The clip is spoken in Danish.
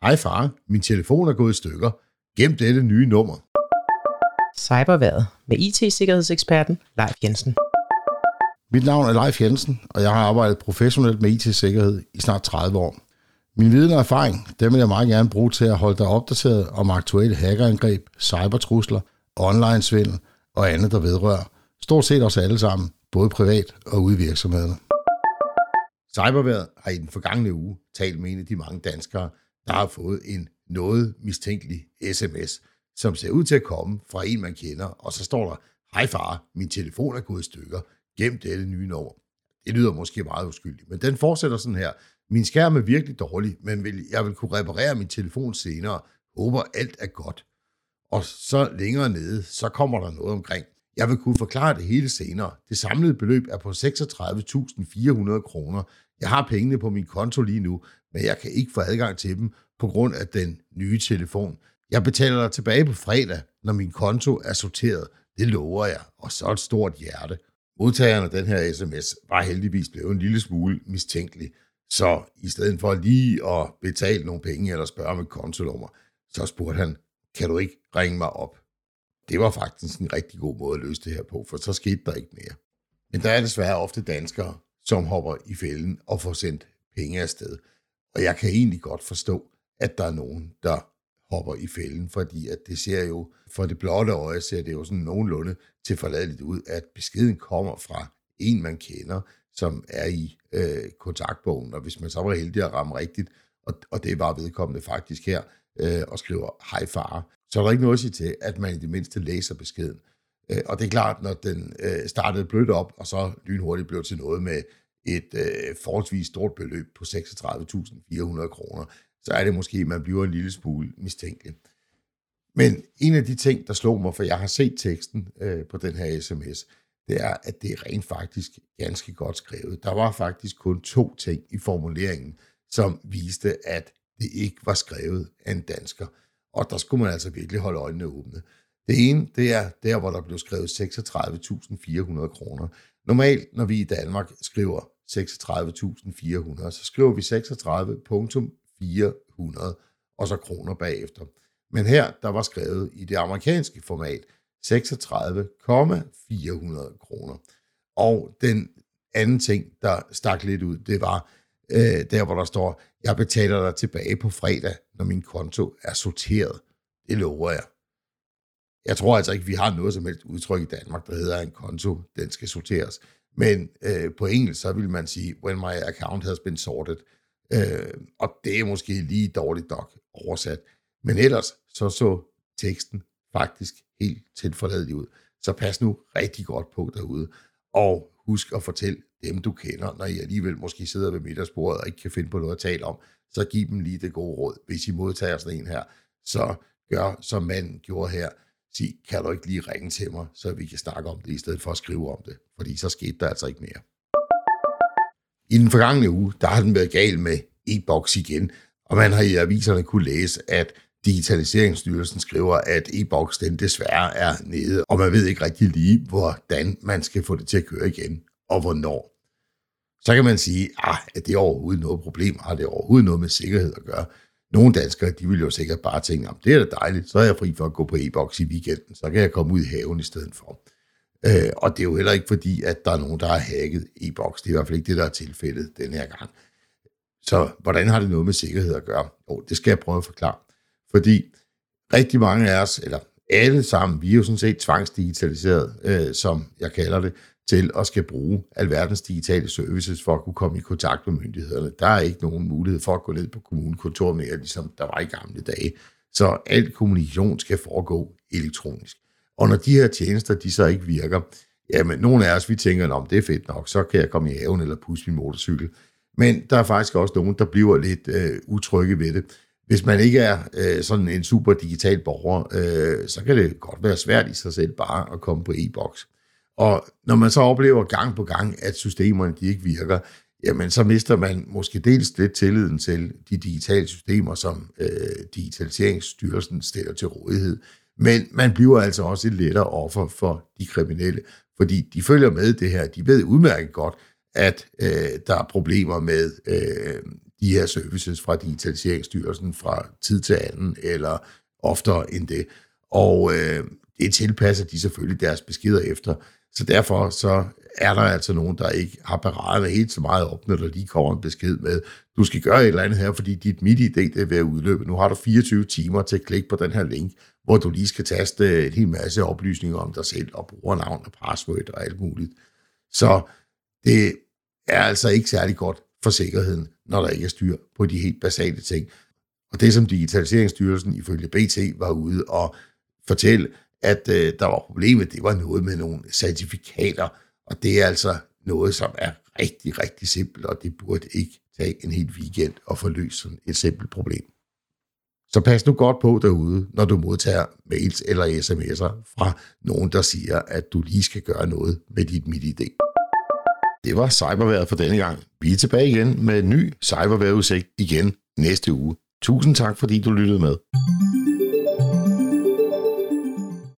Hej far, min telefon er gået i stykker. Gem dette nye nummer. Cyberværet med IT-sikkerhedseksperten Leif Jensen. Mit navn er Leif Jensen, og jeg har arbejdet professionelt med IT-sikkerhed i snart 30 år. Min viden og erfaring, dem vil jeg meget gerne bruge til at holde dig opdateret om aktuelle hackerangreb, cybertrusler, online-svindel og andet, der vedrører stort set os alle sammen, både privat og ude i virksomhederne. Cyberværet har i den forgangne uge talt med en af de mange danskere, der har fået en noget mistænkelig sms, som ser ud til at komme fra en, man kender, og så står der, hej far, min telefon er gået i stykker, gem dette nye nummer. Det lyder måske meget uskyldigt, men den fortsætter sådan her. Min skærm er virkelig dårlig, men jeg vil kunne reparere min telefon senere. Håber alt er godt. Og så længere nede, så kommer der noget omkring. Jeg vil kunne forklare det hele senere. Det samlede beløb er på 36.400 kroner. Jeg har pengene på min konto lige nu, men jeg kan ikke få adgang til dem på grund af den nye telefon. Jeg betaler dig tilbage på fredag, når min konto er sorteret. Det lover jeg, og så et stort hjerte. Modtageren af den her sms var heldigvis blevet en lille smule mistænkelig. Så i stedet for lige at betale nogle penge eller spørge om et kontonummer, så spurgte han, kan du ikke ringe mig op? Det var faktisk en rigtig god måde at løse det her på, for så skete der ikke mere. Men der er desværre ofte danskere, som hopper i fælden og får sendt penge afsted. Og jeg kan egentlig godt forstå, at der er nogen, der hopper i fælden, fordi at det ser jo, for det blotte øje ser det jo sådan nogenlunde tilforladeligt ud, at beskeden kommer fra en, man kender, som er i kontaktbogen, og hvis man så var heldig at ramme rigtigt, og det var vedkommende faktisk her, og skriver hej far, så er der ikke noget at sige til, at man i det mindste læser beskeden. Og det er klart, når den startede blødt op, og så lynhurtigt blev til noget med et forholdsvis stort beløb på 36.400 kroner, så er det måske, at man bliver en lille smule mistænkelig. Men en af de ting, der slog mig, for jeg har set teksten på den her sms, det er, at det er rent faktisk ganske godt skrevet. Der var faktisk kun 2 ting i formuleringen, som viste, at det ikke var skrevet af en dansker. Og der skulle man altså virkelig holde øjnene åbne. Det ene, det er der, hvor der blev skrevet 36.400 kroner. Normalt, når vi i Danmark skriver 36.400, så skriver vi 36.400 og så kroner bagefter. Men her, der var skrevet i det amerikanske format 36,400 kroner. Og den anden ting, der stak lidt ud, det var der, hvor der står, jeg betaler dig tilbage på fredag, når min konto er sorteret. Det lover jeg. Jeg tror altså ikke, vi har noget som helst udtryk i Danmark, der hedder en konto, den skal sorteres. Men på engelsk, så vil man sige, when my account has been sorted. Og det er måske lige dårligt nok oversat. Men ellers så teksten faktisk helt tilforladelig ud. Så pas nu rigtig godt på derude. Og husk at fortælle dem, du kender, når I alligevel måske sidder ved middagsbordet og ikke kan finde på noget at tale om, så giv dem lige det gode råd. Hvis I modtager sådan en her, så gør som manden gjorde her. Sig, kan du ikke lige ringe til mig, så vi kan snakke om det, i stedet for at skrive om det. Fordi så skete der altså ikke mere. I den forgangne uge, der har den været gal med e-boks igen, og man har i aviserne kunne læse, at Digitaliseringsstyrelsen skriver, at e-boks den desværre er nede, og man ved ikke rigtig lige, hvordan man skal få det til at køre igen, og hvornår. Så kan man sige, at det er overhovedet noget problem, har det overhovedet noget med sikkerhed at gøre. Nogle danskere, de vil jo sikkert bare tænke, det er da dejligt, så er jeg fri for at gå på e-boks i weekenden, så kan jeg komme ud i haven i stedet for. Og det er jo heller ikke fordi, at der er nogen, der har hacket e-boks. Det er i hvert fald ikke det, der er tilfældet den her gang. Så hvordan har det noget med sikkerhed at gøre? Det skal jeg prøve at forklare. Fordi rigtig mange af os, eller alle sammen, vi er jo sådan set tvangsdigitaliseret, som jeg kalder det, til at skal bruge alverdens digitale services for at kunne komme i kontakt med myndighederne. Der er ikke nogen mulighed for at gå ned på kommunekontoret mere, ligesom der var i gamle dage. Så al kommunikation skal foregå elektronisk. Og når de her tjenester, de så ikke virker, jamen nogle af os, vi tænker, det er fedt nok, så kan jeg komme i haven eller pusse min motorcykel. Men der er faktisk også nogen, der bliver lidt utrygge ved det. Hvis man ikke er sådan en super digital borger, så kan det godt være svært i sig selv bare at komme på e-boks. Og når man så oplever gang på gang, at systemerne de ikke virker, jamen så mister man måske dels lidt tilliden til de digitale systemer, som Digitaliseringsstyrelsen stiller til rådighed. Men man bliver altså også et lettere offer for de kriminelle, fordi de følger med det her. De ved udmærket godt, at der er problemer med de her services fra Digitaliseringsstyrelsen fra tid til anden, eller oftere end det. Og det tilpasser de selvfølgelig deres beskeder efter. Så derfor så er der altså nogen, der ikke har beregnet helt så meget op, når der lige kommer en besked med, du skal gøre et eller andet her, fordi dit MitID det er ved at udløbe. Nu har du 24 timer til at klikke på den her link, hvor du lige skal taste en hel masse oplysninger om dig selv, og brugernavn og password og alt muligt. Så det er altså ikke særlig godt for sikkerheden, når der ikke er styr på de helt basale ting. Og det, som Digitaliseringsstyrelsen ifølge BT var ude og fortælle, at der var problemet, det var noget med nogle certifikater, og det er altså noget, som er rigtig, rigtig simpelt, og det burde ikke tage en hel weekend at få løst sådan et simpelt problem. Så pas nu godt på derude, når du modtager mails eller sms'er fra nogen, der siger, at du lige skal gøre noget med dit MitID. Det var cyberværet for denne gang. Vi er tilbage igen med en ny cyberværetudsigt igen næste uge. Tusind tak, fordi du lyttede med.